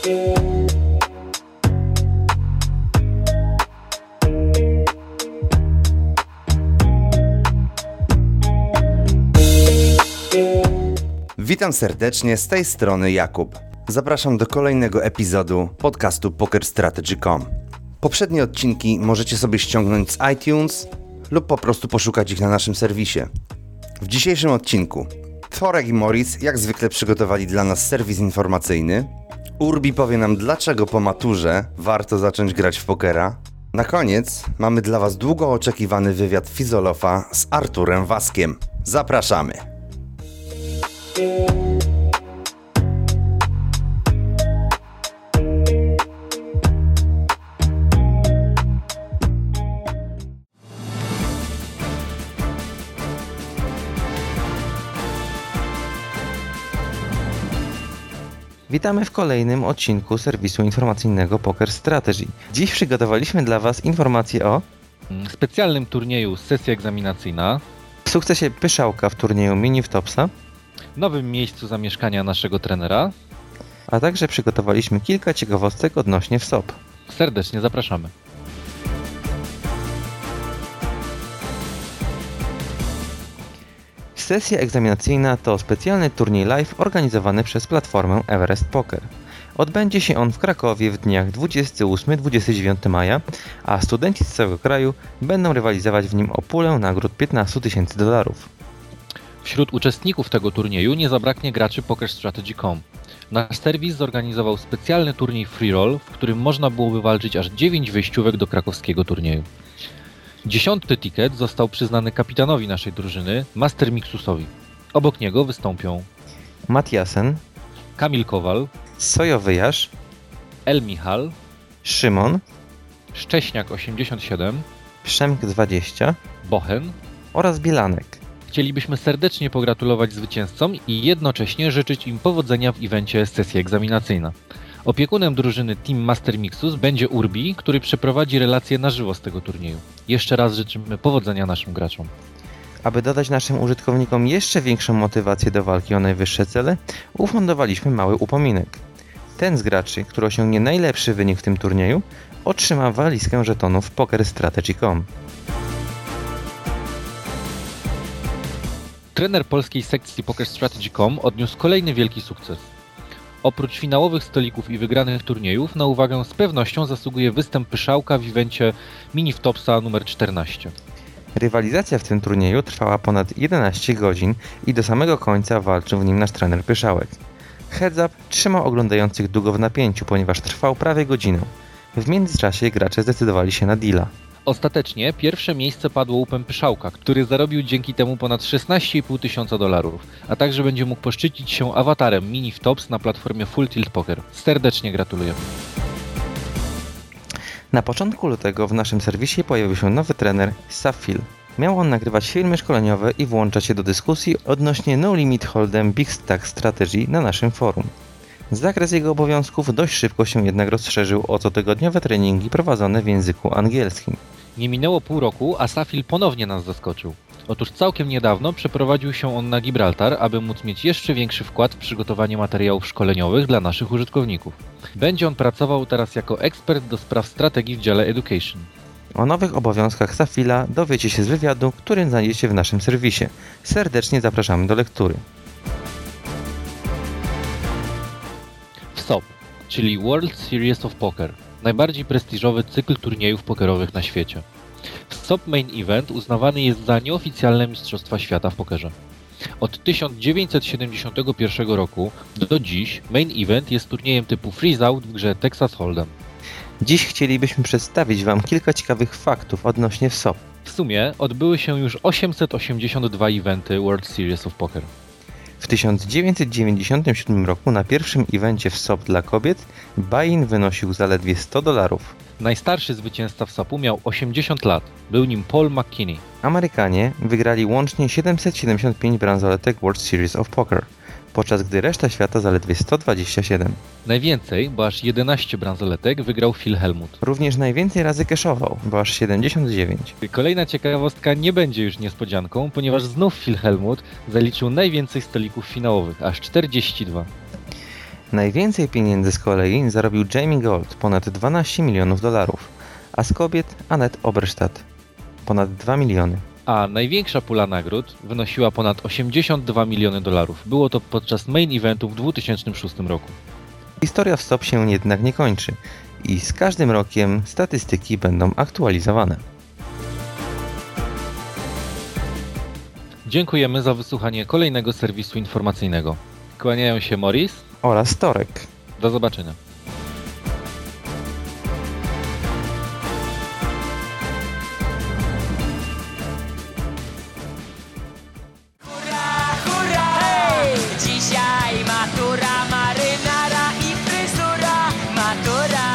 Witam serdecznie, z tej strony Jakub. Zapraszam do kolejnego epizodu podcastu PokerStrategy.com. Poprzednie odcinki możecie sobie ściągnąć z iTunes lub po prostu poszukać ich na naszym serwisie. W dzisiejszym odcinku Tworek i Morris jak zwykle przygotowali dla nas serwis informacyjny. Urbi powie nam, dlaczego po maturze warto zacząć grać w pokera. Na koniec mamy dla Was długo oczekiwany wywiad Fizolofa z Arturem Waskiem. Zapraszamy! Witamy w kolejnym odcinku serwisu informacyjnego Poker Strategy. Dziś przygotowaliśmy dla Was informacje o specjalnym turnieju Sesja egzaminacyjna, sukcesie Pyszałka w turnieju Mini w Topsa, nowym miejscu zamieszkania naszego trenera, a także przygotowaliśmy kilka ciekawostek odnośnie WSOP. Serdecznie zapraszamy. Sesja egzaminacyjna to specjalny turniej live organizowany przez platformę Everest Poker. Odbędzie się on w Krakowie w dniach 28-29 maja, a studenci z całego kraju będą rywalizować w nim o pulę nagród $15,000. Wśród uczestników tego turnieju nie zabraknie graczy PokerStrategy.com. Nasz serwis zorganizował specjalny turniej Free Roll, w którym można było wywalczyć aż 9 wyjściówek do krakowskiego turnieju. 10. ticket został przyznany kapitanowi naszej drużyny, Master Mixusowi. Obok niego wystąpią Matiasen, Kamil Kowal, Sojowyjasz, El Michal, Szymon, Szcześniak 87, Przemk 20, Bochen oraz Bielanek. Chcielibyśmy serdecznie pogratulować zwycięzcom i jednocześnie życzyć im powodzenia w evencie Sesja egzaminacyjna. Opiekunem drużyny Team Master Mixus będzie Urbi, który przeprowadzi relacje na żywo z tego turnieju. Jeszcze raz życzymy powodzenia naszym graczom. Aby dodać naszym użytkownikom jeszcze większą motywację do walki o najwyższe cele, ufundowaliśmy mały upominek. Ten z graczy, który osiągnie najlepszy wynik w tym turnieju, otrzyma walizkę żetonów PokerStrategy.com. Trener polskiej sekcji PokerStrategy.com odniósł kolejny wielki sukces. Oprócz finałowych stolików i wygranych turniejów, na uwagę z pewnością zasługuje występ Pyszałka w evencie Mini w Topsa numer 14. Rywalizacja w tym turnieju trwała ponad 11 godzin i do samego końca walczył w nim nasz trener Pyszałek. Heads up trzymał oglądających długo w napięciu, ponieważ trwał prawie godzinę. W międzyczasie gracze zdecydowali się na deala. Ostatecznie pierwsze miejsce padło łupem Pyszałka, który zarobił dzięki temu ponad $16,500, a także będzie mógł poszczycić się awatarem Mini w Tops na platformie Full Tilt Poker. Serdecznie gratulujemy. Na początku lutego w naszym serwisie pojawił się nowy trener, Safil. Miał on nagrywać filmy szkoleniowe i włączać się do dyskusji odnośnie No Limit Hold'em Big Stack Strategy na naszym forum. Zakres jego obowiązków dość szybko się jednak rozszerzył o cotygodniowe treningi prowadzone w języku angielskim. Nie minęło pół roku, a Safil ponownie nas zaskoczył. Otóż całkiem niedawno przeprowadził się on na Gibraltar, aby móc mieć jeszcze większy wkład w przygotowanie materiałów szkoleniowych dla naszych użytkowników. Będzie on pracował teraz jako ekspert do spraw strategii w dziale Education. O nowych obowiązkach Safila dowiecie się z wywiadu, który znajdziecie w naszym serwisie. Serdecznie zapraszamy do lektury. WSOP, czyli World Series of Poker, najbardziej prestiżowy cykl turniejów pokerowych na świecie. WSOP Main Event uznawany jest za nieoficjalne mistrzostwa świata w pokerze. Od 1971 roku do dziś Main Event jest turniejem typu Freeze Out w grze Texas Hold'em. Dziś chcielibyśmy przedstawić Wam kilka ciekawych faktów odnośnie WSOP. W sumie odbyły się już 882 eventy World Series of Poker. W 1997 roku na pierwszym evencie WSOP dla kobiet buy-in wynosił zaledwie $100. Najstarszy zwycięzca WSOP-u miał 80 lat. Był nim Paul McKinney. Amerykanie wygrali łącznie 775 bransoletek World Series of Poker, podczas gdy reszta świata zaledwie 127. Najwięcej, bo aż 11 bransoletek, wygrał Phil Hellmuth. Również najwięcej razy cashował, bo aż 79. Kolejna ciekawostka nie będzie już niespodzianką, ponieważ znów Phil Hellmuth zaliczył najwięcej stolików finałowych, aż 42. Najwięcej pieniędzy z kolei zarobił Jamie Gold, ponad $12 milionów, a z kobiet Annette Oberstadt, ponad 2 miliony. A największa pula nagród wynosiła ponad $82 miliony. Było to podczas main eventu w 2006 roku. Historia w STOP się jednak nie kończy i z każdym rokiem statystyki będą aktualizowane. Dziękujemy za wysłuchanie kolejnego serwisu informacyjnego. Kłaniają się Morris. Oraz Torek. Do zobaczenia. Hej! Dzisiaj matura, marynara i fryzura, matura.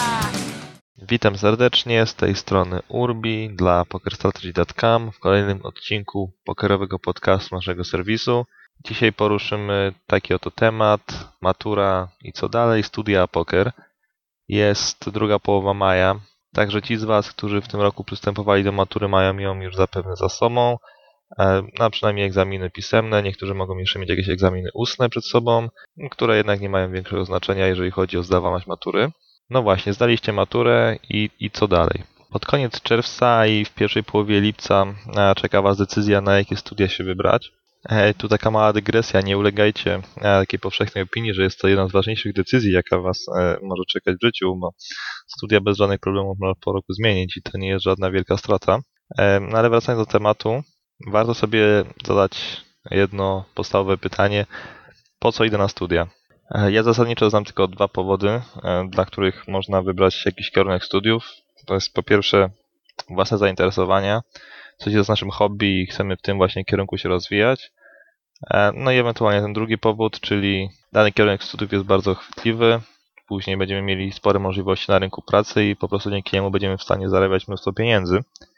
Witam serdecznie, z tej strony Urbi dla PokerStrategy.com w kolejnym odcinku pokerowego podcastu naszego serwisu. Dzisiaj poruszymy taki oto temat, matura i co dalej, studia poker. Jest druga połowa maja, także ci z Was, którzy w tym roku przystępowali do matury, mają ją już zapewne za sobą. Na przynajmniej egzaminy pisemne, niektórzy mogą jeszcze mieć jakieś egzaminy ustne przed sobą, które jednak nie mają większego znaczenia, jeżeli chodzi o zdawanie matury. No właśnie, zdaliście maturę i co dalej? Pod koniec czerwca i w pierwszej połowie lipca czeka Was decyzja, na jakie studia się wybrać. Tu taka mała dygresja, nie ulegajcie takiej powszechnej opinii, że jest to jedna z ważniejszych decyzji, jaka Was może czekać w życiu, bo studia bez żadnych problemów można po roku zmienić i to nie jest żadna wielka strata. No ale wracając do tematu, warto sobie zadać jedno podstawowe pytanie, po co idę na studia? Ja zasadniczo znam tylko dwa powody, dla których można wybrać jakiś kierunek studiów. To jest po pierwsze własne zainteresowania, coś jest naszym hobby i chcemy w tym właśnie kierunku się rozwijać. No i ewentualnie ten drugi powód, czyli dany kierunek studiów jest bardzo chwytliwy, później będziemy mieli spore możliwości na rynku pracy i po prostu dzięki niemu będziemy w stanie zarabiać mnóstwo pieniędzy.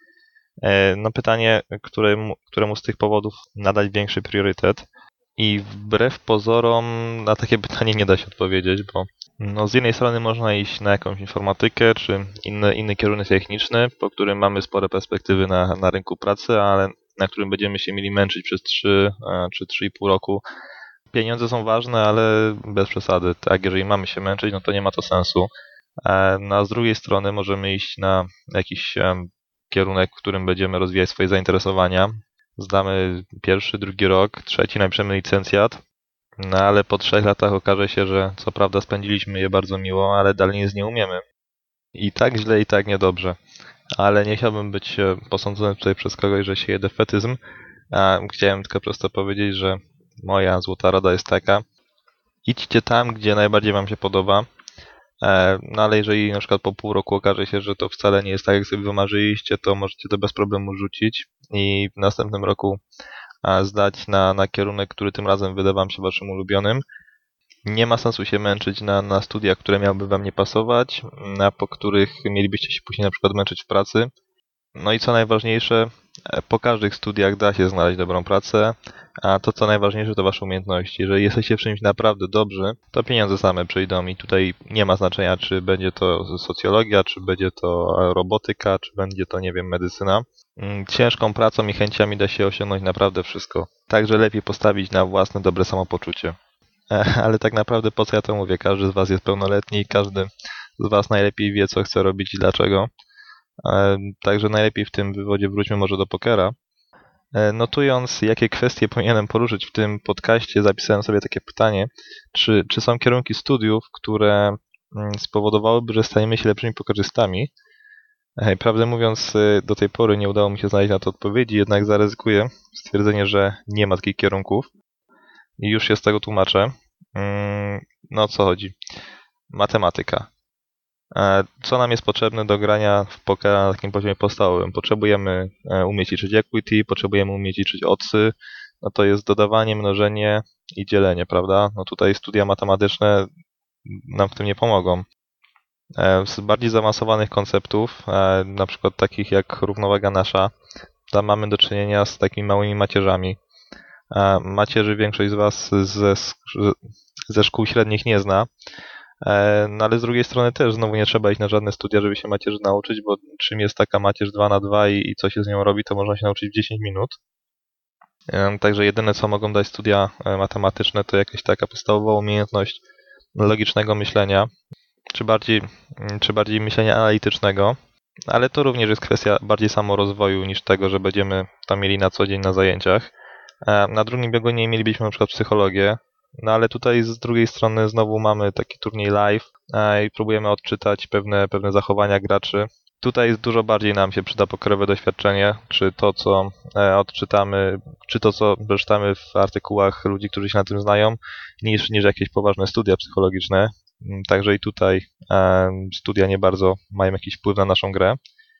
No pytanie, któremu z tych powodów nadać większy priorytet. I wbrew pozorom na takie pytanie nie da się odpowiedzieć, bo no, z jednej strony można iść na jakąś informatykę czy inny kierunek techniczny, po którym mamy spore perspektywy na rynku pracy, ale na którym będziemy się mieli męczyć przez 3 czy 3,5 roku. Pieniądze są ważne, ale bez przesady. Tak, jeżeli mamy się męczyć, no to nie ma to sensu. No, a z drugiej strony możemy iść na jakiś kierunek, w którym będziemy rozwijać swoje zainteresowania. Zdamy pierwszy, drugi rok, trzeci napiszemy licencjat, no ale po 3 latach okaże się, że co prawda spędziliśmy je bardzo miło, ale dalej nic nie umiemy. I tak źle, i tak niedobrze. Ale nie chciałbym być posądzony tutaj przez kogoś, że sieje defetyzm. Chciałem tylko prosto powiedzieć, że moja złota rada jest taka: idźcie tam, gdzie najbardziej Wam się podoba. No ale jeżeli na przykład po pół roku okaże się, że to wcale nie jest tak, jak sobie wymarzyliście, to możecie to bez problemu rzucić i w następnym roku zdać na kierunek, który tym razem wyda Wam się Waszym ulubionym. Nie ma sensu się męczyć na studiach, które miałyby Wam nie pasować, po których mielibyście się później na przykład męczyć w pracy. No i co najważniejsze, po każdych studiach da się znaleźć dobrą pracę, a to co najważniejsze to Wasze umiejętności. Jeżeli jesteście w czymś naprawdę dobrzy, to pieniądze same przyjdą i tutaj nie ma znaczenia, czy będzie to socjologia, czy będzie to robotyka, czy będzie to, nie wiem, medycyna. Ciężką pracą i chęciami da się osiągnąć naprawdę wszystko. Także lepiej postawić na własne dobre samopoczucie. Ale tak naprawdę po co ja to mówię? Każdy z Was jest pełnoletni i każdy z Was najlepiej wie, co chce robić i dlaczego. Także najlepiej w tym wywodzie wróćmy może do pokera. Notując, jakie kwestie powinienem poruszyć w tym podcaście, zapisałem sobie takie pytanie, czy są kierunki studiów, które spowodowałyby, że stajemy się lepszymi pokerzystami. Prawdę mówiąc, do tej pory nie udało mi się znaleźć na to odpowiedzi, jednak zaryzykuję stwierdzenie, że nie ma takich kierunków i już się z tego tłumaczę. No o co chodzi? Matematyka. Co nam jest potrzebne do grania w pokera na takim poziomie podstawowym? Potrzebujemy umieć liczyć equity, potrzebujemy umieć liczyć oddsy. No to jest dodawanie, mnożenie i dzielenie, prawda? No tutaj studia matematyczne nam w tym nie pomogą. Z bardziej zaawansowanych konceptów, na przykład takich jak równowaga nasza, tam mamy do czynienia z takimi małymi macierzami. Macierzy większość z Was ze szkół średnich nie zna. No ale z drugiej strony też znowu nie trzeba iść na żadne studia, żeby się macierzy nauczyć, bo czym jest taka macierz 2x2 i co się z nią robi, to można się nauczyć w 10 minut. Także jedyne co mogą dać studia matematyczne to jakaś taka podstawowa umiejętność logicznego myślenia, czy bardziej myślenia analitycznego, ale to również jest kwestia bardziej samorozwoju niż tego, że będziemy to mieli na co dzień na zajęciach. Na drugim biegunie mielibyśmy na przykład psychologię, no ale tutaj z drugiej strony znowu mamy taki turniej live i próbujemy odczytać pewne zachowania graczy. Tutaj dużo bardziej nam się przyda pokerowe doświadczenie, czy to, co odczytamy, czy to, co przeczytamy w artykułach ludzi, którzy się na tym znają, niż jakieś poważne studia psychologiczne. Także i tutaj studia nie bardzo mają jakiś wpływ na naszą grę.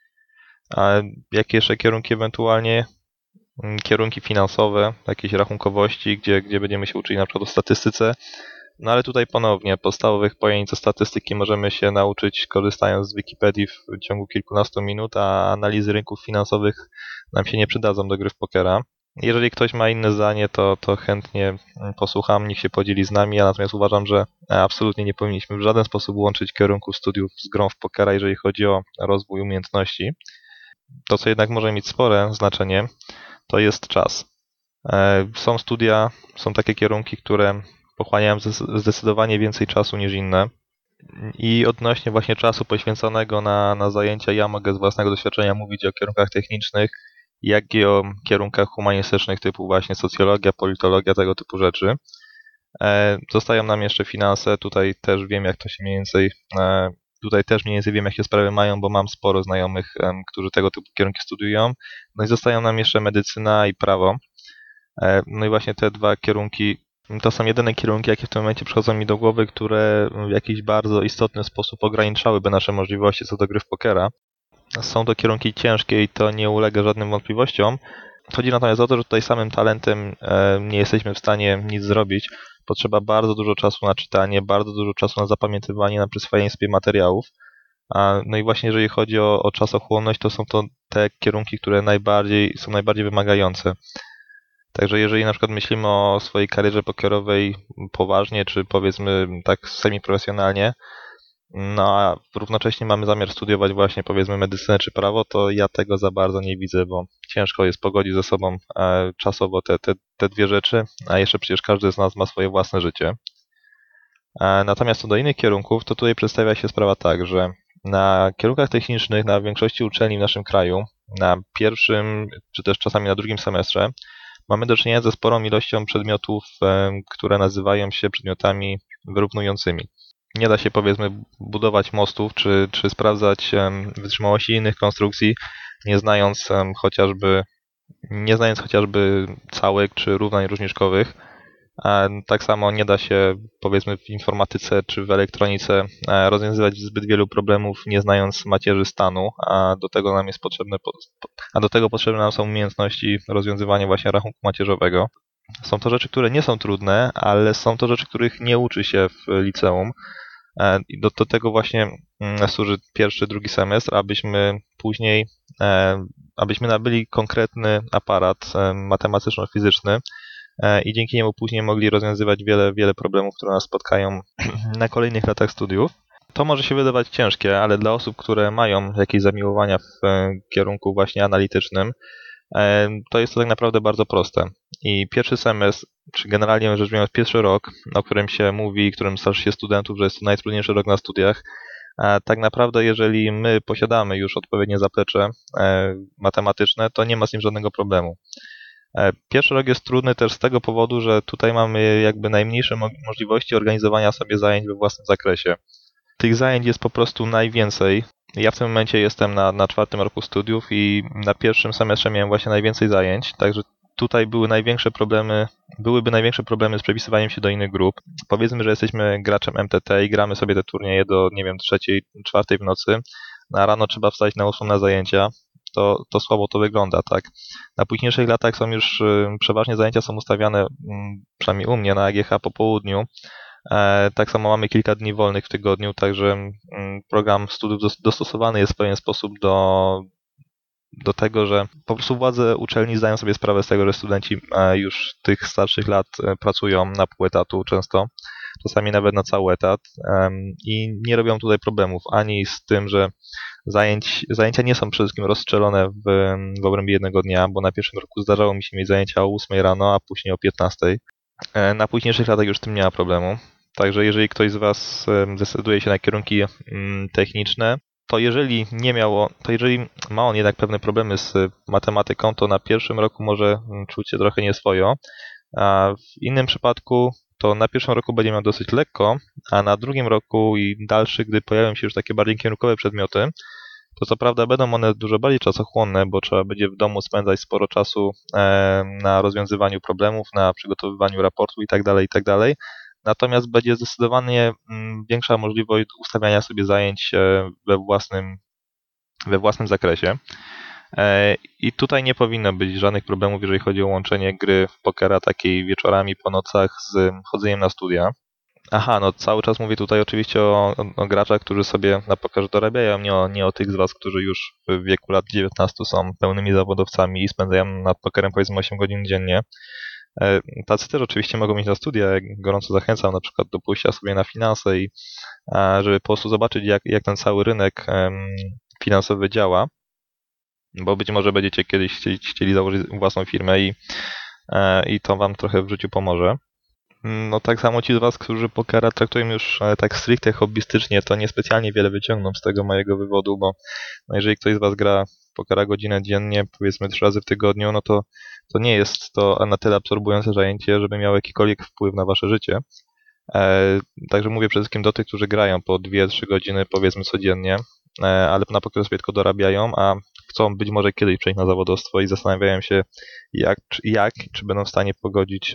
A jakie jeszcze kierunki ewentualnie? Kierunki finansowe, jakieś rachunkowości, gdzie będziemy się uczyli na przykład o statystyce. No ale tutaj ponownie podstawowych pojęć o statystyki możemy się nauczyć korzystając z Wikipedii w ciągu kilkunastu minut, a analizy rynków finansowych nam się nie przydadzą do gry w pokera. Jeżeli ktoś ma inne zdanie, to chętnie posłucham, niech się podzieli z nami. Ja natomiast uważam, że absolutnie nie powinniśmy w żaden sposób łączyć kierunku studiów z grą w pokera, jeżeli chodzi o rozwój umiejętności. To, co jednak może mieć spore znaczenie, to jest czas. Są studia, są takie kierunki, które pochłaniają zdecydowanie więcej czasu niż inne. I odnośnie właśnie czasu poświęconego na zajęcia, ja mogę z własnego doświadczenia mówić o kierunkach technicznych, jak i o kierunkach humanistycznych typu właśnie socjologia, politologia, tego typu rzeczy. Zostają nam jeszcze finanse, tutaj też wiem, jak to się mniej więcej wiem, jak się sprawy mają, bo mam sporo znajomych, którzy tego typu kierunki studiują. No i zostają nam jeszcze medycyna i prawo. No i właśnie te dwa kierunki, to są jedyne kierunki, jakie w tym momencie przychodzą mi do głowy, które w jakiś bardzo istotny sposób ograniczałyby nasze możliwości co do gry w pokera. Są to kierunki ciężkie i to nie ulega żadnym wątpliwościom. Chodzi natomiast o to, że tutaj samym talentem nie jesteśmy w stanie nic zrobić. Potrzeba bardzo dużo czasu na czytanie, bardzo dużo czasu na zapamiętywanie, na przyswajanie sobie materiałów. No i właśnie jeżeli chodzi o czasochłonność, to są to te kierunki, które są najbardziej wymagające. Także jeżeli na przykład myślimy o swojej karierze pokerowej poważnie, czy powiedzmy tak semi-profesjonalnie, no a równocześnie mamy zamiar studiować właśnie powiedzmy medycynę czy prawo, to ja tego za bardzo nie widzę, bo ciężko jest pogodzić ze sobą czasowo te dwie rzeczy, a jeszcze przecież każdy z nas ma swoje własne życie. Natomiast co do innych kierunków, to tutaj przedstawia się sprawa tak, że na kierunkach technicznych, na większości uczelni w naszym kraju, na pierwszym czy też czasami na drugim semestrze, mamy do czynienia ze sporą ilością przedmiotów, które nazywają się przedmiotami wyrównującymi. Nie da się powiedzmy budować mostów czy sprawdzać wytrzymałości innych konstrukcji, nie znając chociażby całek czy równań różniczkowych. Tak samo nie da się powiedzmy w informatyce czy w elektronice rozwiązywać zbyt wielu problemów, nie znając macierzy stanu, a do tego potrzebne nam są umiejętności rozwiązywania właśnie rachunku macierzowego. Są to rzeczy, które nie są trudne, ale są to rzeczy, których nie uczy się w liceum. I do tego właśnie służy pierwszy, drugi semestr, abyśmy nabyli konkretny aparat matematyczno-fizyczny i dzięki niemu później mogli rozwiązywać wiele problemów, które nas spotkają na kolejnych latach studiów. To może się wydawać ciężkie, ale dla osób, które mają jakieś zamiłowania w kierunku właśnie analitycznym, to jest to tak naprawdę bardzo proste. I pierwszy semestr, czy generalnie rzecz biorąc pierwszy rok, o którym się mówi, którym straszy się studentów, że jest to najtrudniejszy rok na studiach, tak naprawdę jeżeli my posiadamy już odpowiednie zaplecze matematyczne, to nie ma z nim żadnego problemu. Pierwszy rok jest trudny też z tego powodu, że tutaj mamy jakby najmniejsze możliwości organizowania sobie zajęć we własnym zakresie. Tych zajęć jest po prostu najwięcej. Ja w tym momencie jestem na czwartym roku studiów i na pierwszym semestrze miałem właśnie najwięcej zajęć, także tutaj byłyby największe problemy z przepisywaniem się do innych grup. Powiedzmy, że jesteśmy graczem MTT i gramy sobie te turnieje do, nie wiem, 3, 4 w nocy, a rano trzeba wstać na 8 na zajęcia. To słabo to wygląda, tak. Na późniejszych latach przeważnie zajęcia są ustawiane, przynajmniej u mnie, na AGH po południu. Tak samo mamy kilka dni wolnych w tygodniu, także program studiów dostosowany jest w pewien sposób do tego, że po prostu władze uczelni zdają sobie sprawę z tego, że studenci już tych starszych lat pracują na pół etatu często, czasami nawet na cały etat i nie robią tutaj problemów ani z tym, że zajęcia nie są przede wszystkim rozstrzelone w obrębie jednego dnia, bo na pierwszym roku zdarzało mi się mieć zajęcia o 8 rano, a później o 15. Na późniejszych latach już z tym nie ma problemu. Także jeżeli ktoś z Was decyduje się na kierunki techniczne, to jeżeli ma on jednak pewne problemy z matematyką, to na pierwszym roku może czuć się trochę nieswojo, a w innym przypadku to na pierwszym roku będzie miał dosyć lekko, a na drugim roku i dalszy, gdy pojawią się już takie bardziej kierunkowe przedmioty, to co prawda będą one dużo bardziej czasochłonne, bo trzeba będzie w domu spędzać sporo czasu na rozwiązywaniu problemów, na przygotowywaniu raportu itd. Natomiast będzie zdecydowanie większa możliwość ustawiania sobie zajęć we własnym zakresie. I tutaj nie powinno być żadnych problemów, jeżeli chodzi o łączenie gry w pokera takiej wieczorami po nocach z chodzeniem na studia. Aha, no cały czas mówię tutaj oczywiście o graczach, którzy sobie na pokerze dorabiają, nie o tych z Was, którzy już w wieku lat 19 są pełnymi zawodowcami i spędzają nad pokerem powiedzmy 8 godzin dziennie. Tacy też oczywiście mogą iść na studia, gorąco zachęcam na przykład do pójścia sobie na finanse i żeby po prostu zobaczyć jak ten cały rynek finansowy działa, bo być może będziecie kiedyś chcieli założyć własną firmę i to Wam trochę w życiu pomoże. No tak samo ci z Was, którzy pokera traktują już tak stricte hobbystycznie, to niespecjalnie wiele wyciągną z tego mojego wywodu, bo no jeżeli ktoś z Was gra pokera godzinę dziennie, powiedzmy 3 razy w tygodniu, no to nie jest to na tyle absorbujące zajęcie, żeby miało jakikolwiek wpływ na Wasze życie. Także mówię przede wszystkim do tych, którzy grają po 2-3 godziny powiedzmy codziennie, ale na poker sobie tylko dorabiają, a chcą być może kiedyś przejść na zawodowstwo i zastanawiają się czy będą w stanie pogodzić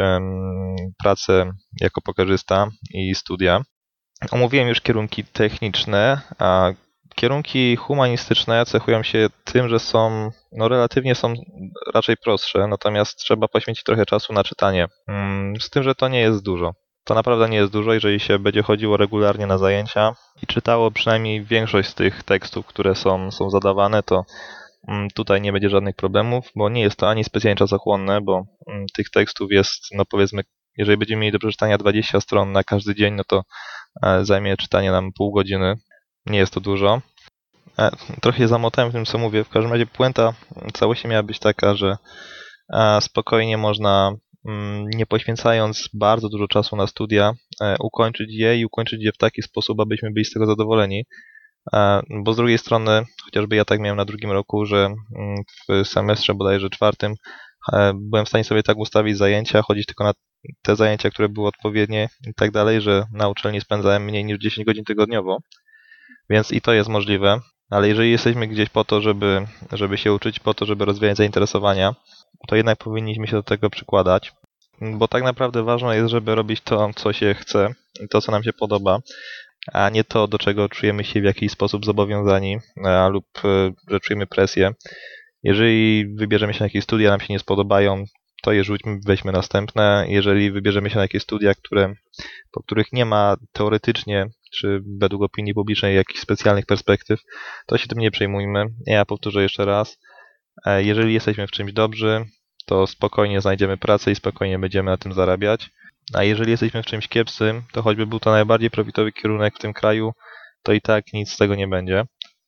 pracę jako pokerzysta i studia. Omówiłem już kierunki techniczne, a kierunki humanistyczne cechują się tym, że relatywnie są raczej prostsze, natomiast trzeba poświęcić trochę czasu na czytanie. Z tym, że to nie jest dużo. To naprawdę nie jest dużo, jeżeli się będzie chodziło regularnie na zajęcia i czytało przynajmniej większość z tych tekstów, które są zadawane, to tutaj nie będzie żadnych problemów, bo nie jest to ani specjalnie czasochłonne, bo tych tekstów jest, no powiedzmy, jeżeli będziemy mieli do przeczytania 20 stron na każdy dzień, no to zajmie czytanie nam pół godziny. Nie jest to dużo. Trochę się zamotałem w tym, co mówię. W każdym razie puenta całości miała być taka, że spokojnie można, nie poświęcając bardzo dużo czasu na studia, ukończyć je w taki sposób, abyśmy byli z tego zadowoleni. Bo z drugiej strony, chociażby ja tak miałem na drugim roku, że w semestrze bodajże 4 byłem w stanie sobie tak ustawić zajęcia, chodzić tylko na te zajęcia, które były odpowiednie i tak dalej, że na uczelni spędzałem mniej niż 10 godzin tygodniowo, więc i to jest możliwe, ale jeżeli jesteśmy gdzieś po to, żeby się uczyć, po to, żeby rozwijać zainteresowania, to jednak powinniśmy się do tego przykładać, bo tak naprawdę ważne jest, żeby robić to, co się chce i to, co nam się podoba, a nie to, do czego czujemy się w jakiś sposób zobowiązani lub że czujemy presję. Jeżeli wybierzemy się na jakieś studia, nam się nie spodobają, to je rzućmy, weźmy następne. Jeżeli wybierzemy się na jakieś studia, po których nie ma teoretycznie, czy według opinii publicznej jakichś specjalnych perspektyw, to się tym nie przejmujmy. Ja powtórzę jeszcze raz. Jeżeli jesteśmy w czymś dobrzy, to spokojnie znajdziemy pracę i spokojnie będziemy na tym zarabiać. A jeżeli jesteśmy w czymś kiepskim, to choćby był to najbardziej profitowy kierunek w tym kraju, to i tak nic z tego nie będzie.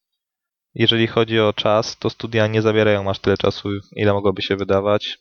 Jeżeli chodzi o czas, to studia nie zabierają aż tyle czasu, ile mogłoby się wydawać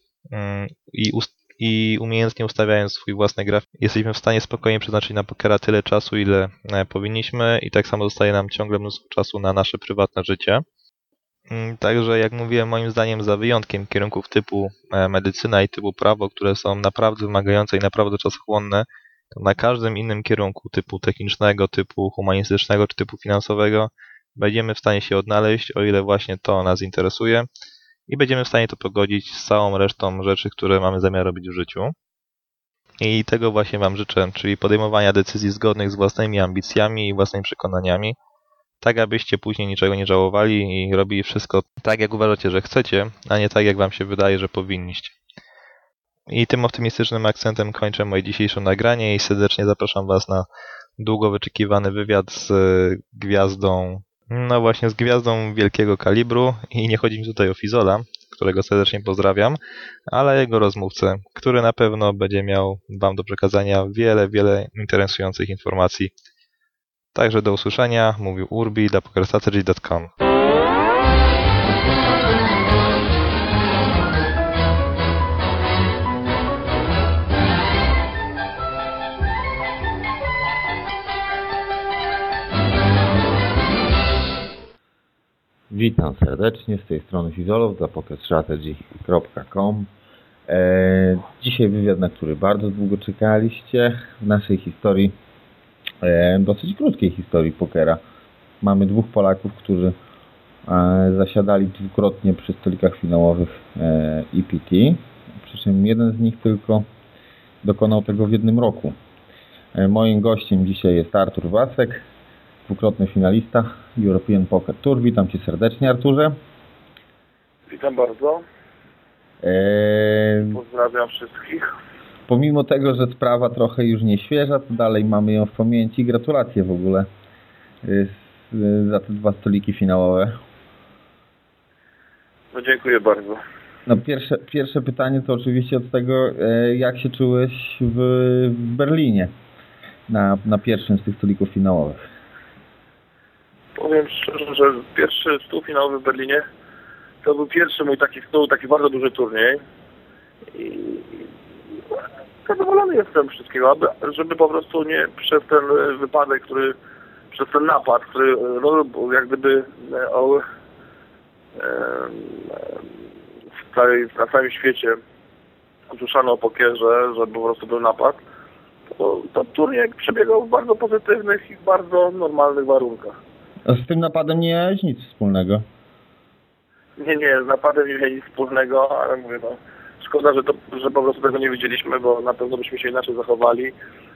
i umiejętnie ustawiając swój własny grafik, jesteśmy w stanie spokojnie przeznaczyć na pokera tyle czasu, ile powinniśmy i tak samo zostaje nam ciągle mnóstwo czasu na nasze prywatne życie. Także jak mówiłem, moim zdaniem za wyjątkiem kierunków typu medycyna i typu prawo, które są naprawdę wymagające i naprawdę czasochłonne, to na każdym innym kierunku typu technicznego, typu humanistycznego czy typu finansowego będziemy w stanie się odnaleźć, o ile właśnie to nas interesuje i będziemy w stanie to pogodzić z całą resztą rzeczy, które mamy zamiar robić w życiu. I tego właśnie Wam życzę, czyli podejmowania decyzji zgodnych z własnymi ambicjami i własnymi przekonaniami, tak abyście później niczego nie żałowali i robili wszystko tak, jak uważacie, że chcecie, a nie tak, jak Wam się wydaje, że powinniście. I tym optymistycznym akcentem kończę moje dzisiejsze nagranie i serdecznie zapraszam Was na długo wyczekiwany wywiad z gwiazdą, no właśnie z gwiazdą wielkiego kalibru i nie chodzi mi tutaj o Fizola, którego serdecznie pozdrawiam, ale jego rozmówcę, który na pewno będzie miał Wam do przekazania wiele interesujących informacji. Także do usłyszenia, mówił Urbi dla PokerStrategy.com. Witam serdecznie, z tej strony Fizolow dla pokerstrategy.com. Dzisiaj wywiad, na który bardzo długo czekaliście. W naszej historii, dosyć krótkiej historii pokera, mamy dwóch Polaków, którzy zasiadali dwukrotnie przy stolikach finałowych EPT. Przy czym jeden z nich tylko dokonał tego w jednym roku. Moim gościem dzisiaj jest Artur Wasek, dwukrotny finalista European Poker Tour. Witam Cię serdecznie, Arturze. Witam bardzo. Pozdrawiam wszystkich. Pomimo tego, że sprawa trochę już nie świeża, to dalej mamy ją w pamięci. Gratulacje w ogóle za te dwa stoliki finałowe. No dziękuję bardzo. No pierwsze pytanie to oczywiście od tego, jak się czułeś w Berlinie na pierwszym z tych stolików finałowych. Powiem szczerze, że pierwszy stół finałowy w Berlinie to był pierwszy mój taki stół, taki bardzo duży turniej. I zadowolony jestem wszystkiego, żeby po prostu nie przez ten wypadek, przez ten napad, który jak gdyby na całym świecie usłyszano o pokierze, że po prostu był napad, to turniej przebiegał w bardzo pozytywnych i bardzo normalnych warunkach. A z tym napadem nie miałeś nic wspólnego? Nie, z napadem nie mieli nic wspólnego, ale mówię, no szkoda, że po prostu tego nie widzieliśmy, bo na pewno byśmy się inaczej zachowali,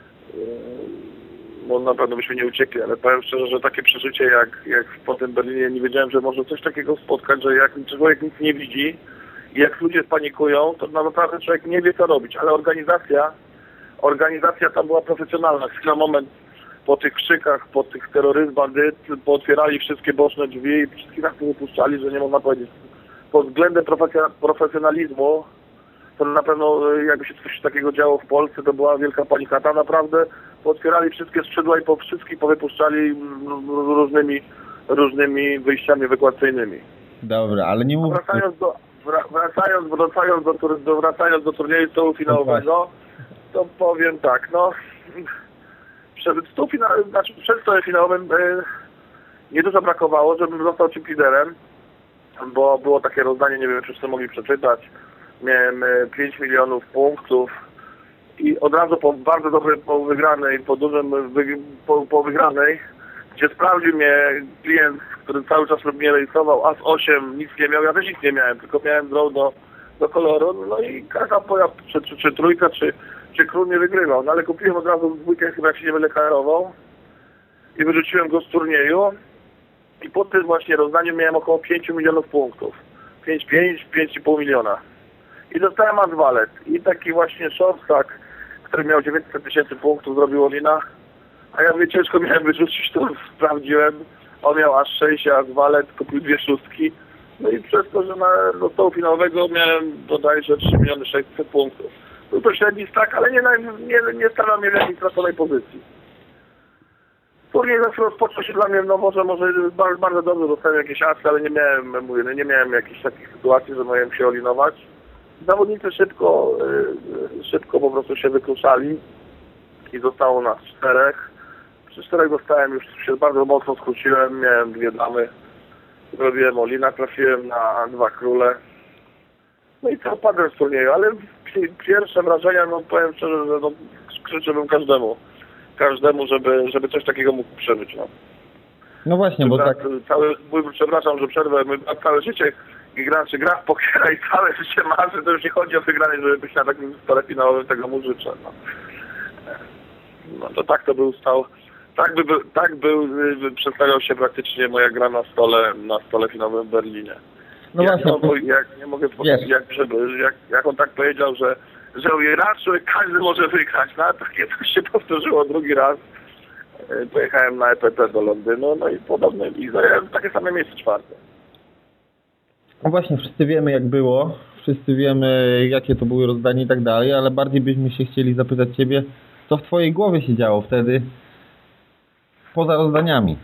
bo na pewno byśmy nie uciekli, ale powiem szczerze, że takie przeżycie jak po tym Berlinie, nie wiedziałem, że może coś takiego spotkać, że jak człowiek nic nie widzi i jak ludzie panikują, to naprawdę człowiek nie wie, co robić, ale organizacja tam była profesjonalna. Na moment po tych krzykach, po tych terroryzm, bandyt, pootwierali wszystkie boczne drzwi i wszystkich nas wypuszczali, że nie można powiedzieć. Pod względem profesjonalizmu, to na pewno jakby się coś takiego działo w Polsce, to była wielka panika. Tam naprawdę pootwierali wszystkie skrzydła i po wszystkich powypuszczali różnymi wyjściami ewakuacyjnymi. Dobra, ale nie mów... Wracając do turnieju stołu finałowego, to powiem tak, no przed stołem finałowym niedużo brakowało, żebym został team liderem, bo było takie rozdanie, nie wiem, czy wszyscy mogli przeczytać. Miałem 5 milionów punktów i od razu po bardzo dobrej po wygranej, gdzie sprawdził mnie klient, który cały czas mnie rejestrował, As-8, nic nie miał, ja też nic nie miałem, tylko miałem draw do koloru, no i każda moja, czy trójka, czy król nie wygrywał, no ale kupiłem od razu dwójkę, chyba jak się nie będę karował i wyrzuciłem go z turnieju i po tym właśnie rozdaniu miałem około 5 milionów punktów. 5,5 miliona. I dostałem As-Walet i taki właśnie shortstack, który miał 900 tysięcy punktów, zrobił Olina, a ja mówię, ciężko miałem wyrzucić, to sprawdziłem, on miał As-6, As-Walet, kupił 2 szóstki, no i przez to, że do stołu finałowego miałem bodajże 3 miliony 600 punktów. Był to średni stack, ale nie stawiam mnie w jakiejś straconej pozycji. Turniej zawsze rozpoczął się dla mnie, no może bardzo dobrze, dostałem jakieś asy, ale nie miałem jakichś takich sytuacji, że miałem się olinować. Zawodnicy szybko po prostu się wykluczali i zostało nas 4. Przy 4 dostałem, już się bardzo mocno skróciłem, miałem 2 damy, zrobiłem olina, trafiłem na 2 króle. No i to padłem z turnieju, ale pierwsze wrażenia, no powiem szczerze, że no, życzyłbym każdemu, żeby coś takiego mógł przeżyć. No właśnie, bo tak... Przepraszam, że przerwę, całe życie gra w pokera i całe życie marzy, to już nie chodzi o wygranie, żeby być na takim stole finałowym, tego mu życzę. No to tak to był stał. Przedstawiał się praktycznie moja gra na stole finałowym w Berlinie. No właśnie. Nie mogę powiedzieć, jak on tak powiedział, że raczej każdy może wygrać. No ale takie coś się powtórzyło drugi raz. Pojechałem na EPT do Londynu, no i podobnie, i zająłem takie same miejsce 4. No właśnie, wszyscy wiemy jak było, wszyscy wiemy jakie to były rozdania i tak dalej, ale bardziej byśmy się chcieli zapytać Ciebie, co w Twojej głowie się działo wtedy poza rozdaniami?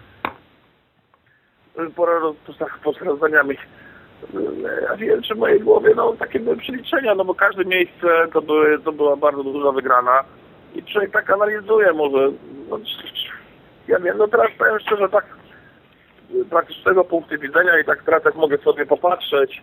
Poza rozdaniami. Ja wiem, czy w mojej głowie, no takie były przeliczenia, no bo każde miejsce to była bardzo duża wygrana i człowiek tak analizuje może, no, ja wiem, no teraz powiem szczerze, tak praktycznego punktu widzenia i tak teraz jak mogę sobie popatrzeć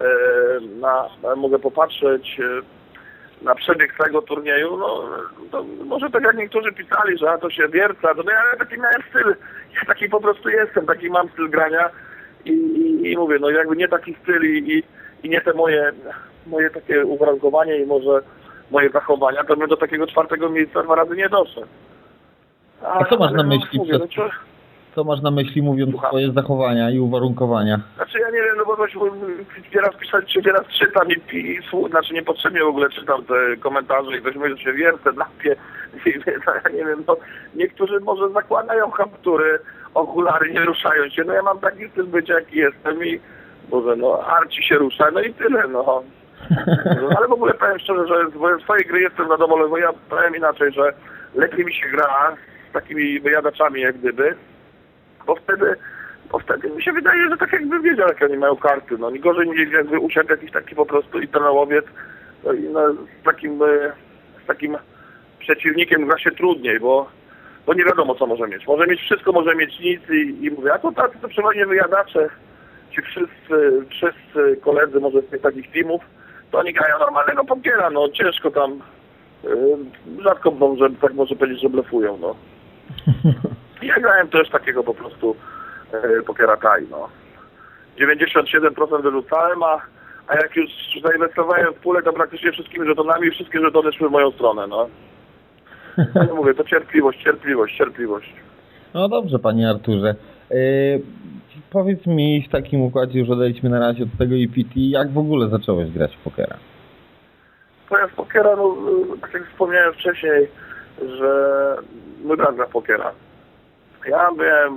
na przebieg tego turnieju, no to może tak jak niektórzy pisali, że to się wierca, no ja taki miałem styl, ja taki po prostu jestem, taki mam styl grania i mówię, no jakby nie taki styl i nie te moje takie uwarunkowanie i może moje zachowania, to bym do takiego 4. miejsca 2 razy nie doszedł. A co masz na myśli Co masz na myśli, mówiąc swoje zachowania i uwarunkowania? Znaczy ja nie wiem, no bo nieraz czytam znaczy niepotrzebnie w ogóle czytam te komentarze i ktoś mówi, że się wiercę, napie. Ja nie wiem, no niektórzy może zakładają kaptury, okulary, nie ruszają się. No ja mam taki styl bycia, jaki jestem i Boże, no Arci się rusza, no i tyle, no. Ale w ogóle powiem szczerze, że z swojej gry jestem zadowolony, bo ja powiem inaczej, że lepiej mi się gra z takimi wyjadaczami jak gdyby, bo wtedy mi się wydaje, że tak jakby wiedział, jakie oni mają karty. No nie gorzej niż jakby usiadł jakiś taki po prostu internałowiec, no i no, z takim przeciwnikiem gra się trudniej, bo nie wiadomo co może mieć. Może mieć wszystko, może mieć nic i mówię, a to tacy to przeważnie wyjadacze, ci wszyscy koledzy może z tych takich teamów, to oni grają normalnego pokera, no ciężko tam, rzadko może powiedzieć, że blefują, no. Ja grałem też takiego po prostu pokera taj, no. 97% wyrzucałem, a jak już zainwestowałem w pulę, to praktycznie wszystkimi żetonami i wszystkie żetony szły w moją stronę, no. Ale mówię, to cierpliwość. No dobrze, panie Arturze. Powiedz mi w takim układzie, już odejdźmy na razie od tego EPT, jak w ogóle zacząłeś grać w pokera? Powiem w pokera, no tak jak wspomniałem wcześniej, że mój brat gra w pokera. Ja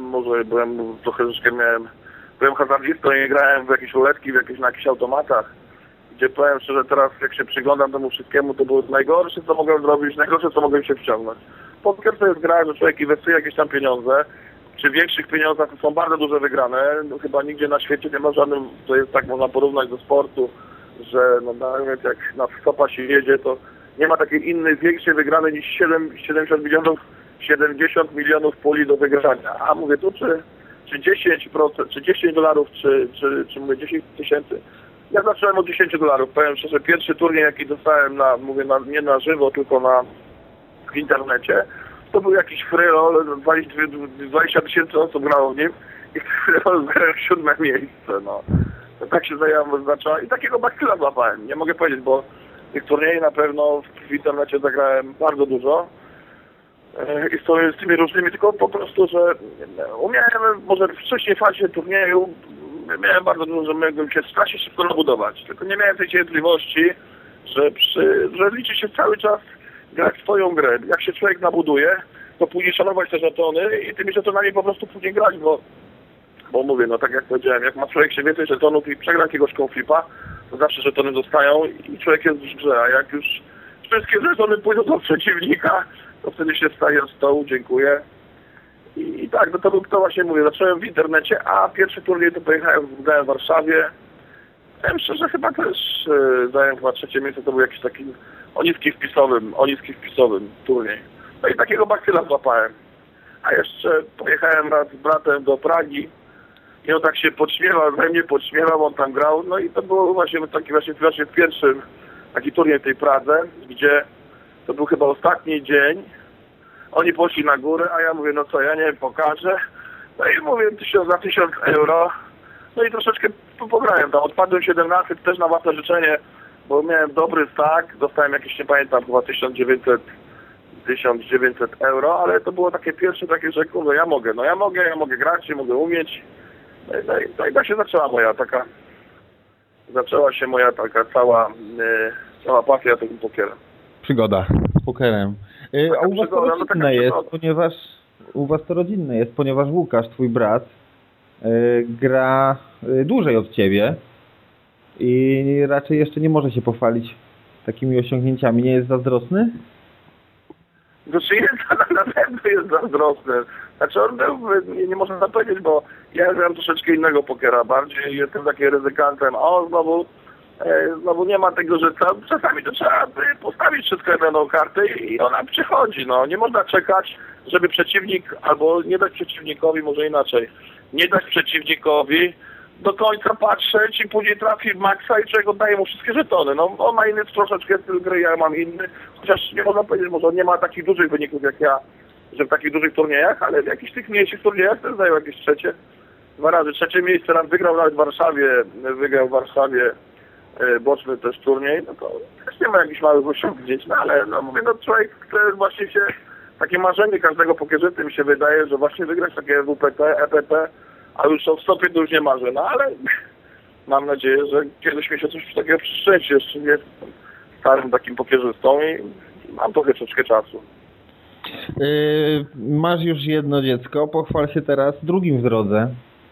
byłem hazardzistą i grałem w jakieś ruletki, na jakichś automatach, gdzie powiem szczerze, teraz jak się przyglądam temu wszystkiemu, to było najgorsze, co mogłem zrobić, najgorsze, co mogłem się wciągnąć. Poker to jest gra, że człowiek inwestuje jakieś tam pieniądze, przy większych pieniądzach to są bardzo duże wygrane, no, chyba nigdzie na świecie nie ma żadnym, to jest tak można porównać do sportu, że no nawet jak na stopa się jedzie, to nie ma takiej innej, większej wygranej niż 70 milionów puli do wygrania. A mówię tu, czy 10%, czy $10, czy mówię 10 tysięcy. Ja zacząłem od $10. Powiem szczerze, pierwszy turniej, jaki dostałem nie na żywo, tylko w internecie, to był jakiś free-roll, 20 tysięcy osób grało w nim i free-roll zgrałem 7. miejsce, no. To tak się zaczęła i takiego baktyla złapałem. Nie mogę powiedzieć, bo tych turniejów na pewno w internecie zagrałem bardzo dużo. I z tymi różnymi, tylko po prostu, że umiałem, może w wcześniej fazie turnieju miałem bardzo dużo, że mogłem się strasznie szybko nabudować. Tylko nie miałem tej cierpliwości, że liczy się cały czas grać swoją grę. Jak się człowiek nabuduje, to później szanować te żetony i tymi żetonami po prostu później grać, bo mówię, no tak jak powiedziałem, jak ma człowiek się więcej żetonów i przegra jakiegoś konflipa, to zawsze żetony zostają i człowiek jest w grze, a jak już wszystkie żetony pójdą do przeciwnika, to wtedy się wstaje od stołu, dziękuję. I tak, no to właśnie mówię, zacząłem w internecie, a pierwszy turniej to grałem w Warszawie. Powiem szczerze, chyba też zająłem chyba 3. miejsce, to był jakiś taki o niskich wpisowym turniej. No i takiego baktyla złapałem. A jeszcze pojechałem raz z bratem do Pragi i on tak się podśmiewał, on tam grał. No i to było właśnie pierwszy taki turniej w tej Pradze, gdzie to był chyba ostatni dzień. Oni poszli na górę, a ja mówię, no co, ja nie wiem, pokażę. No i mówię, za 1000 euro. No i troszeczkę pograłem tam. Odpadłem 17 też na własne życzenie, bo miałem dobry stack. Dostałem jakieś, nie pamiętam, chyba 1900 euro, ale to było takie pierwsze, że kurde, ja mogę grać, mogę umieć. No i tak się zaczęła się moja taka cała pasja tym pokerem. Przygoda z pokerem. A u was to rodzinne jest, ponieważ ponieważ Łukasz, twój brat, gra dłużej od ciebie i raczej jeszcze nie może się pochwalić takimi osiągnięciami. Nie jest zazdrosny? Znaczy na pewno jest zazdrosny. Znaczy on był, nie można powiedzieć, bo ja grałem troszeczkę innego pokera, bardziej jestem takim ryzykantem, a on znowu Znowu nie ma tego, że czasami to trzeba postawić wszystko na jedną kartę i ona przychodzi. No. Nie można czekać, żeby przeciwnik, albo nie dać przeciwnikowi, może inaczej, nie dać przeciwnikowi do końca patrzeć i później trafi w maksa i człowiek oddaje mu wszystkie żetony. No, on ma inny troszeczkę styl gry, ja mam inny, chociaż nie można powiedzieć, może on nie ma takich dużych wyników jak ja, że w takich dużych turniejach, ale w jakichś tych mniejszych turniejach też zajął jakieś dwa razy trzecie miejsce, raz wygrał nawet w Warszawie, boczny też turniej, no to też nie ma jakichś małych osiągnięć, no ale no mówię, no człowiek chce właśnie się, takie marzenie każdego pokerzysty mi się wydaje, że właśnie wygrać takie WPT, EPT, a już o stopie to już nie marzę, no ale mam nadzieję, że kiedyś mi się coś takiego przyszczęści, jeszcze nie jestem starym takim pokierzystą i mam troszeczkę czasu. Masz już jedno dziecko, pochwal się teraz drugim w drodze.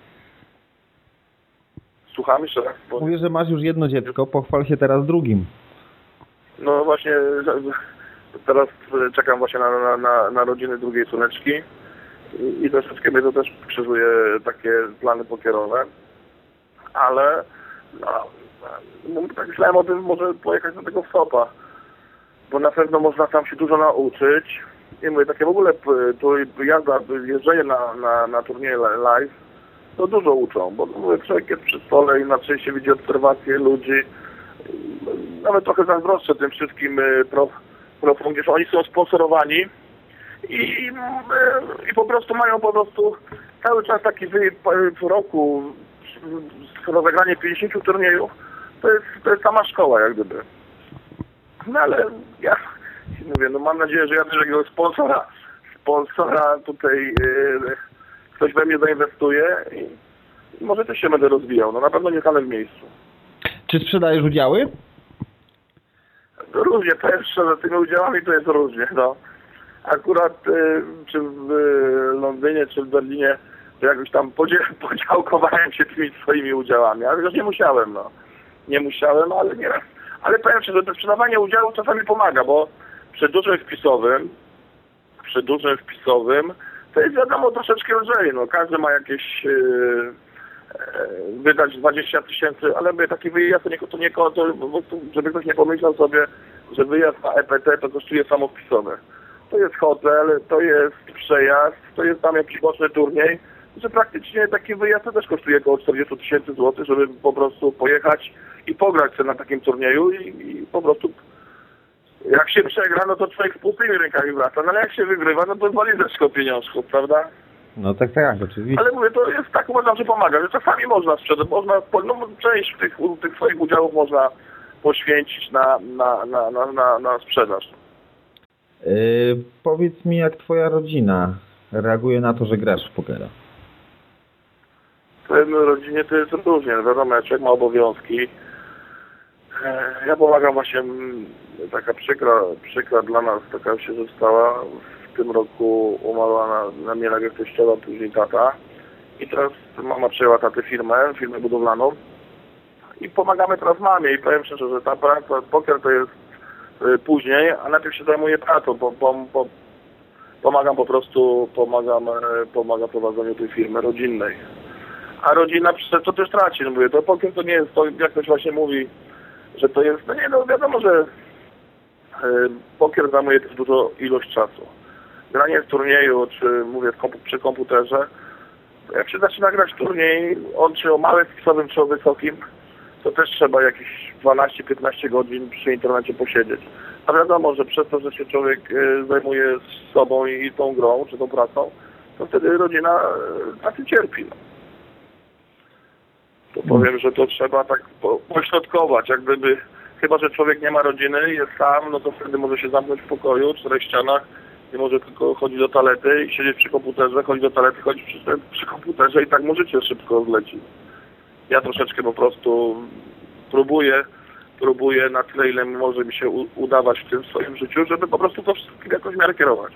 Słucham jeszcze raz? Bo... Mówię, że masz już jedno dziecko, pochwal się teraz drugim. No właśnie, teraz czekam właśnie na rodziny drugiej córeczki i troszeczkę mnie to też krzyżuje takie plany pokierowe, ale no, tak myślałem o tym, może pojechać do tego FSOP-a, bo na pewno można tam się dużo nauczyć i mówię, takie w ogóle jeżdżenie na turnieje live to dużo uczą, bo mówię, człowiek jest przy stole, inaczej się widzi obserwacje ludzi, nawet trochę zazdroszczę tym wszystkim profom, gdzie oni są sponsorowani i po prostu mają cały czas taki w roku rozegranie 50 turniejów, to jest sama szkoła jak gdyby. No ale ja mówię, no mam nadzieję, że ja też jakiegoś sponsora tutaj ktoś we mnie zainwestuje i może też się będę rozwijał. No na pewno nie stanę w miejscu. Czy sprzedajesz udziały? Różnie, powiem szczerze, tymi udziałami to jest różnie, no. Akurat czy w Londynie, czy w Berlinie, to jakoś tam podziałkowałem się tymi swoimi udziałami, ale już nie musiałem, no. Nie musiałem, ale nieraz. Ale powiem szczerze, że to sprzedawanie udziałów czasami pomaga, bo przy dużym wpisowym to jest wiadomo troszeczkę lżej, no. Każdy ma jakieś wydać 20 000, ale mówię, taki wyjazd żeby ktoś nie pomyślał sobie, że wyjazd na EPT to kosztuje samo wpisowe. To jest hotel, to jest przejazd, to jest tam jakiś boczny turniej, że praktycznie taki wyjazd to też kosztuje około 40 000 złotych, żeby po prostu pojechać i pograć sobie na takim turnieju i po prostu jak się przegra, no to człowiek z pustymi rękami wraca, no ale jak się wygrywa, no to walizeczko pieniążków, prawda? No tak, oczywiście. Ale mówię, to jest tak, uważam, że pomaga, że czasami można sprzedać, część tych swoich udziałów można poświęcić na sprzedaż. Powiedz mi, jak twoja rodzina reaguje na to, że grasz w pokera? W rodzinie to jest różnie, wiadomo, jak człowiek ma obowiązki. Ja pomagam właśnie, taka przykra dla nas, taka się została. W tym roku umarła na mnie najpierw teściowa, później tata. I teraz mama przejęła tatę firmę budowlaną. I pomagamy teraz mamie i powiem szczerze, że ta praca, poker to jest później, a najpierw się zajmuję pracą, pomagam prowadzeniu tej firmy rodzinnej. A rodzina to też traci, no mówię, to poker to nie jest to, jak ktoś właśnie mówi, że to jest, no wiadomo, że poker zajmuje też dużo ilość czasu. Granie w turnieju, czy mówię przy komputerze, jak się zaczyna grać turniej, czy o małym wpisowym, czy o wysokim, to też trzeba jakieś 12-15 godzin przy internecie posiedzieć. A wiadomo, że przez to, że się człowiek zajmuje sobą i tą grą, czy tą pracą, to wtedy rodzina na tym cierpi. No. To powiem, że to trzeba tak pośrodkować, jak gdyby, chyba że człowiek nie ma rodziny, jest sam, no to wtedy może się zamknąć w pokoju, 4 ścianach, nie może tylko chodzić do toalety i siedzieć przy komputerze, chodzić do toalety, chodzić przy komputerze i tak mu życie szybko zleci. Ja troszeczkę po prostu próbuję na tyle, ile może mi się udawać w tym swoim życiu, żeby po prostu to wszystkim jakoś w miarę kierować.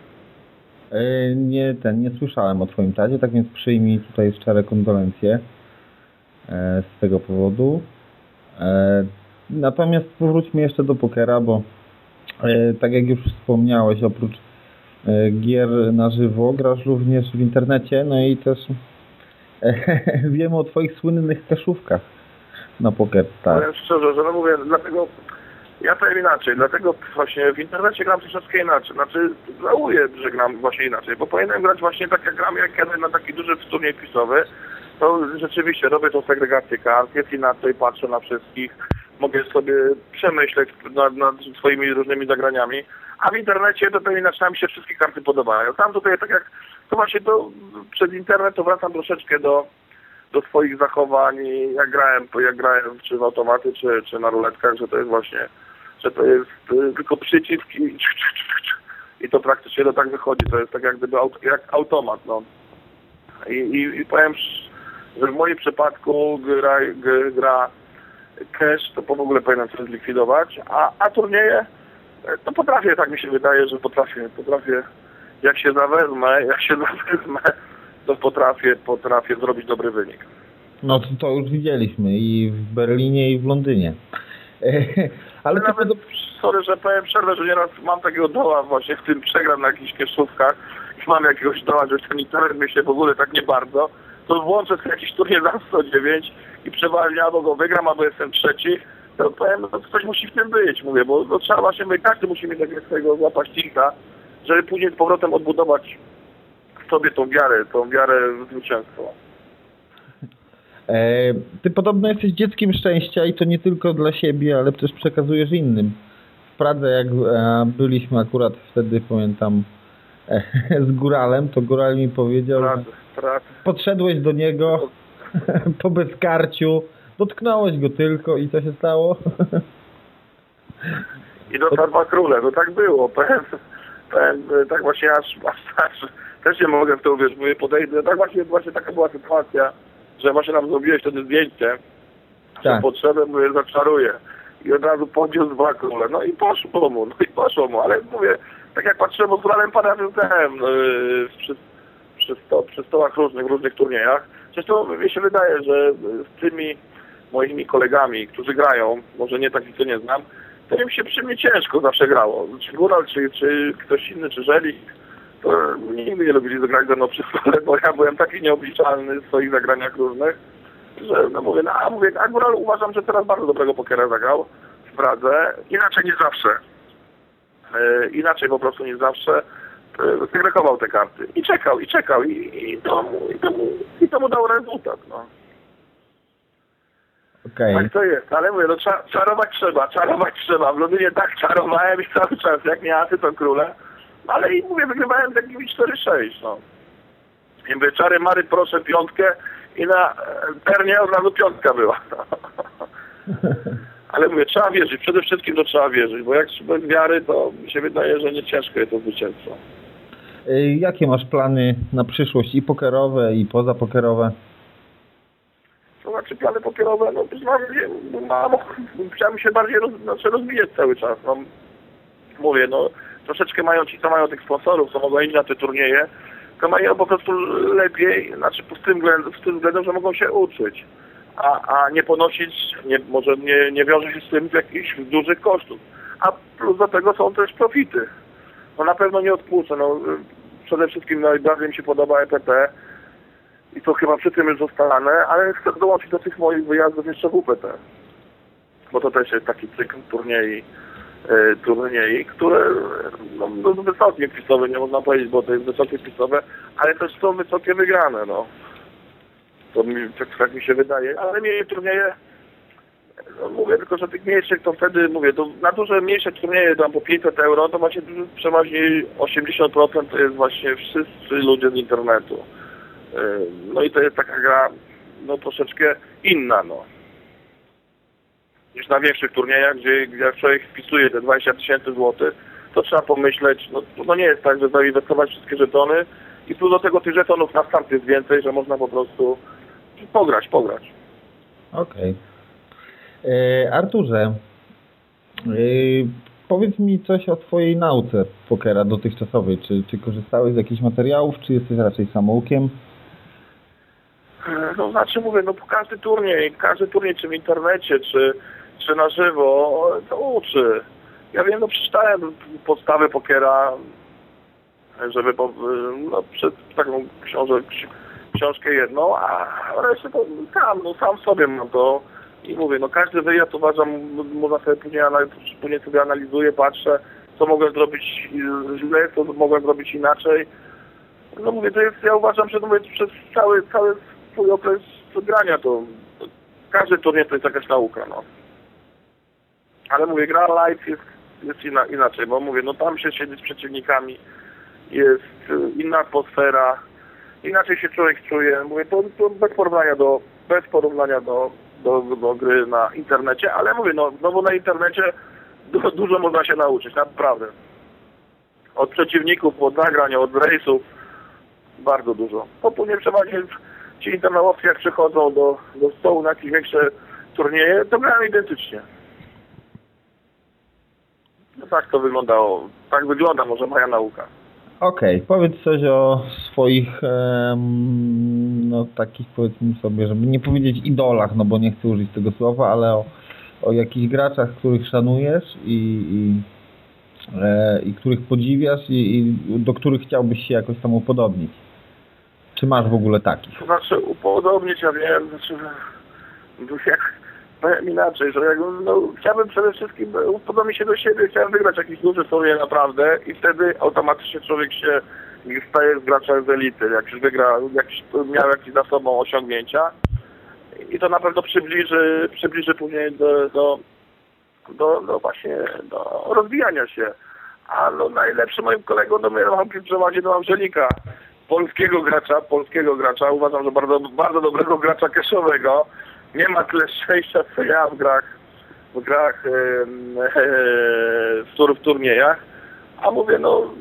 Nie słyszałem o twoim tacie, tak więc przyjmij tutaj szczere kondolencje z tego powodu. Natomiast powróćmy jeszcze do pokera, bo tak jak już wspomniałeś, oprócz gier na żywo, grasz również w internecie, no i też wiemy o twoich słynnych kaszówkach. na PokerStars? Powiem szczerze, że no mówię, dlatego ja powiem inaczej, dlatego właśnie w internecie gram troszeczkę inaczej. Znaczy żałuję, że gram właśnie inaczej, bo powinienem grać właśnie tak jak gram, jak jadę na taki duży turniej pisowy, to rzeczywiście robię tą segregację kart, jest inaczej, patrzę na wszystkich, mogę sobie przemyśleć nad swoimi różnymi zagraniami, a w internecie to pewnie zaczyna mi się wszystkie karty podobają. Tam tutaj tak jak, to właśnie to przez internet to wracam troszeczkę do swoich zachowań, jak grałem czy w automaty, czy na ruletkach, że to jest właśnie, że to jest tylko przycisk i to praktycznie to tak wychodzi, to jest tak jak gdyby jak automat, no. I powiem, że w moim przypadku gra cash to w ogóle powinienem coś zlikwidować, a turnieje to potrafię, tak mi się wydaje, że potrafię, jak się zawezmę, to potrafię zrobić dobry wynik. No to już widzieliśmy i w Berlinie, i w Londynie. Ale nawet, sorry, że powiem przerwę, że nieraz mam takiego doła właśnie w tym, przegram na jakichś kieszówkach i mam jakiegoś doła, że ten internet mi się w ogóle tak nie bardzo, to włączę sobie jakiś turniej za 109 i przeważnie albo go wygram, albo jestem trzeci, to powiem, no coś musi w tym być, mówię, bo no, trzeba właśnie, każdy musi mieć takiego swojego złapać tilta, żeby później z powrotem odbudować w sobie tą wiarę w zwycięstwo. Ty podobno jesteś dzieckiem szczęścia i to nie tylko dla siebie, ale też przekazujesz innym. W Pradze jak byliśmy akurat wtedy, pamiętam, z Góralem, to Góral mi powiedział, że podszedłeś do niego po bezkarciu, dotknąłeś go tylko i co się stało? I dostał 2 króle, no tak było. Powiem, tak właśnie aż też nie mogę w to uwierzyć, mówię, podejdę, tak właśnie taka była sytuacja, że właśnie nam zrobiłeś wtedy zdjęcie, tak. Że podszedłem, mówię, zaczaruję. I od razu podniósł 2 króle, no i poszło mu, ale mówię, tak jak patrzyłem, bo z Góralem parę razy znałem przy stołach różnych turniejach. Zresztą mi się wydaje, że z tymi moimi kolegami, którzy grają, może nie takich, co nie znam, to im się przy mnie ciężko zawsze grało. Czy Góral, czy ktoś inny, czy Żelik, to nigdy nie lubili zagrać ze mną przy stole, bo ja byłem taki nieobliczalny w swoich zagraniach różnych, że no mówię, a Góral uważam, że teraz bardzo dobrego pokera zagrał w Pradze. Inaczej niż zawsze. Inaczej po prostu niż zawsze. Segregował te karty. I czekał. I to mu dało rezultat, no. Okay. Tak to jest, ale mówię, no czarować trzeba. W Londynie tak czarowałem i cały czas, jak nie asy, to króle. Ale i mówię, wygrywałem takimi 4-6, no. I mówię, czary mary, proszę, 5 i na ternie od razu 5 była. Ale mówię, trzeba wierzyć, przede wszystkim to trzeba wierzyć, bo jak bez wiary, to mi się wydaje, że nie ciężko jest to zwycięstwo. Jakie masz plany na przyszłość i pokerowe, i pozapokerowe? To znaczy plany pokierowe, no chciałem się bardziej rozwijać cały czaz. No, mówię, no troszeczkę mają ci, co mają tych sponsorów, co mogą iść na te turnieje, to mają po prostu lepiej, znaczy z tym względem, że mogą się uczyć, a nie ponosić, może nie wiąże się z tym jakichś dużych kosztów. A plus do tego są też profity. No na pewno nie odpłuczę, no przede wszystkim najbardziej mi się podoba EPT, i to chyba przy tym już zostanę, ale chcę dołączyć do tych moich wyjazdów jeszcze WPT. Bo to też jest taki cykl turniej, które no wysokie pisowe, nie można powiedzieć, bo to jest wysokie pisowe, ale też są wysokie wygrane, no. To tak mi się wydaje, ale mniej turnieje, no mówię tylko, że tych mniejszych to wtedy, mówię, to na duże mniejsze turnieje tam po 500 euro, to macie przeważnie 80% to jest właśnie wszyscy ludzie z internetu. No i to jest taka gra, no troszeczkę inna, no. Niż na większych turniejach, gdzie jak człowiek wpisuje te 20 000 złotych, to trzeba pomyśleć, no nie jest tak, że zainwestować wszystkie żetony i plus do tego tych żetonów na start jest więcej, że można po prostu pograć. Okej. Arturze, powiedz mi coś o swojej nauce pokera dotychczasowej. Czy korzystałeś z jakichś materiałów, czy jesteś raczej samoukiem? No znaczy mówię, no każdy turniej, czy w internecie, czy na żywo, to uczy. Ja wiem, no przeczytałem podstawy pokera, żeby przed taką książkę jedną, a resztę to sam sobie mam to I mówię, no każdy wyjazd uważam, można sobie później sobie analizuję, patrzę, co mogłem zrobić źle, co mogłem zrobić inaczej. No mówię, to jest, ja uważam, że mówię, przez cały swój okres grania to każdy turniej to jest jakaś nauka, no. Ale mówię, gra live jest inaczej, bo mówię, no tam się siedzi z przeciwnikami, jest inna atmosfera, inaczej się człowiek czuje. Mówię, to bez porównania do gry na internecie, ale mówię, no znowu na internecie dużo można się nauczyć, naprawdę. Od przeciwników, od nagrań, od rejsów, bardzo dużo. Bo później przeważnie ci internautowcy jak przychodzą do stołu na jakieś większe turnieje, to grają identycznie. No tak to wyglądało. Tak wygląda może moja nauka. Okej, powiedz coś o swoich, no takich powiedzmy sobie, żeby nie powiedzieć idolach, no bo nie chcę użyć tego słowa, ale o jakichś graczach, których szanujesz i których podziwiasz i do których chciałbyś się jakoś tam upodobnić. Czy masz w ogóle takich? To znaczy upodobnić, ja wiem, powiem inaczej, że chciałbym przede wszystkim upodobnić się do siebie, chciałem wygrać jakiś duży turniej naprawdę i wtedy automatycznie człowiek się staje z gracza z elity, jak już wygra, miał jakieś za sobą osiągnięcia i to na pewno przybliży później do właśnie do rozwijania się. A no najlepszym moim kolegą prowadzi do Angelika, polskiego gracza, uważam, że bardzo, bardzo dobrego gracza cashowego. Nie ma tyle szczęścia co ja w grach w turniejach. A mówię,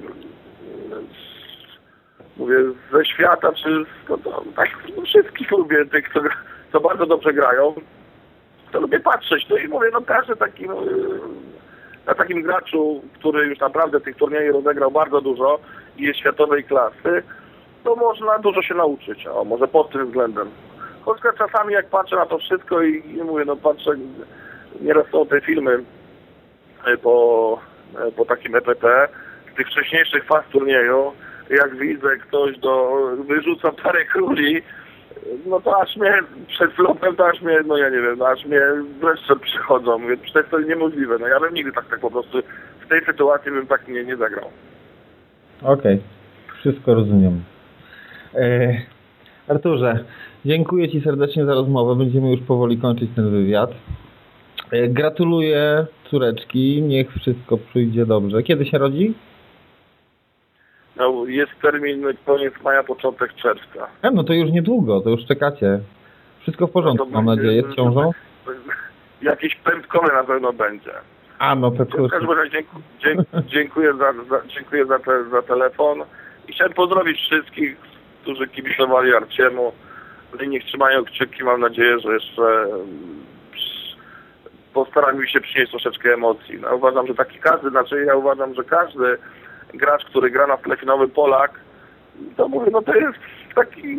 ze świata, czy tak, wszystkich lubię, tych, co bardzo dobrze grają, to lubię patrzeć. No i mówię, każdy na takim graczu, który już naprawdę tych turniejów rozegrał bardzo dużo i jest światowej klasy, to można dużo się nauczyć. Może pod tym względem. Choć czasami jak patrzę na to wszystko i mówię, patrzę, nieraz są te filmy po takim EPT, z tych wcześniejszych faz turnieju, jak widzę ktoś wyrzuca parę króli, no to aż mnie przed flopem, to aż mnie, ja nie wiem, aż mnie wreszcie przychodzą. Mówię, przecież to jest niemożliwe. Ja bym nigdy tak po prostu w tej sytuacji bym tak nie zagrał. Okej, wszystko rozumiem. Arturze, dziękuję Ci serdecznie za rozmowę. Będziemy już powoli kończyć ten wywiad. Gratuluję córeczki. Niech wszystko przyjdzie dobrze. Kiedy się rodzi? No, jest termin koniec maja, początek czerwca. No to już niedługo, to już czekacie. Wszystko w porządku, mam nadzieję, z ciążą? Jakiś pępkowy na pewno będzie. Pępkowy. W każdym razie dziękuję za telefon i chciałem pozdrowić wszystkich, którzy kibicowali Arciemu. Niech trzymają kciuki, mam nadzieję, że jeszcze postaram się przynieść troszeczkę emocji. Uważam, że każdy gracz, który gra na tle finałowym Polak, to mówię, to jest taki,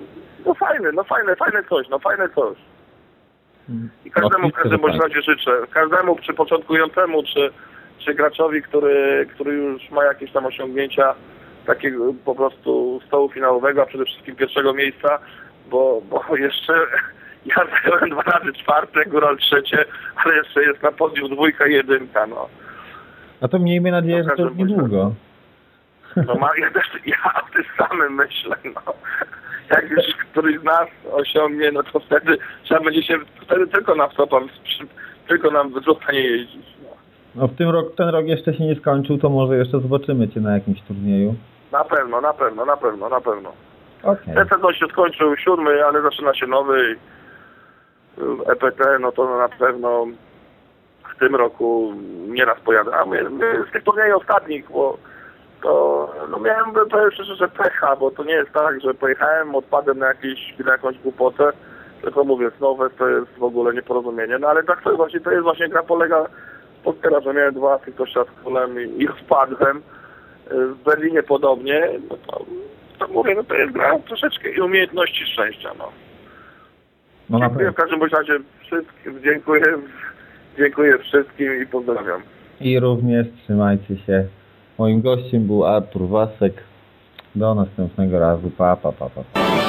fajne coś. I każdemu w każdym bądź razie życzę, każdemu, czy początkującemu, czy graczowi, który już ma jakieś tam osiągnięcia, takiego po prostu stołu finałowego, a przede wszystkim pierwszego miejsca, bo jeszcze ja zająłem 2 razy 4, góral 3, ale jeszcze jest na podium 2 i 1, A to miejmy nadzieję, że to już niedługo. Ja o tym samym myślę, Jak już któryś z nas osiągnie, to wtedy trzeba będzie się tylko na wstopach, tylko nam zostanie jeździć. Ten rok jeszcze się nie skończył, to może jeszcze zobaczymy Cię na jakimś turnieju. Na pewno. Okay. Ten się skończył 7, ale zaczyna się nowy EPT, to na pewno w tym roku nieraz pojadę. A my z tych turniejów ostatnich, bo to miałem, powiem szczerze, że pecha, bo to nie jest tak, że pojechałem, odpadłem na jakąś głupotę, tylko mówię, Snowfest to jest w ogóle nieporozumienie. Ale tak to jest właśnie gra polega pod teraz, że miałem 2 tylko z królem i odpadłem. W Berlinie podobnie, to mówię, to jest gra troszeczkę i umiejętności szczęścia, Dziękuję w każdym razie wszystkim, dziękuję wszystkim i pozdrawiam. I również trzymajcie się. Moim gościem był Artur Wasek. Do następnego razu. Pa.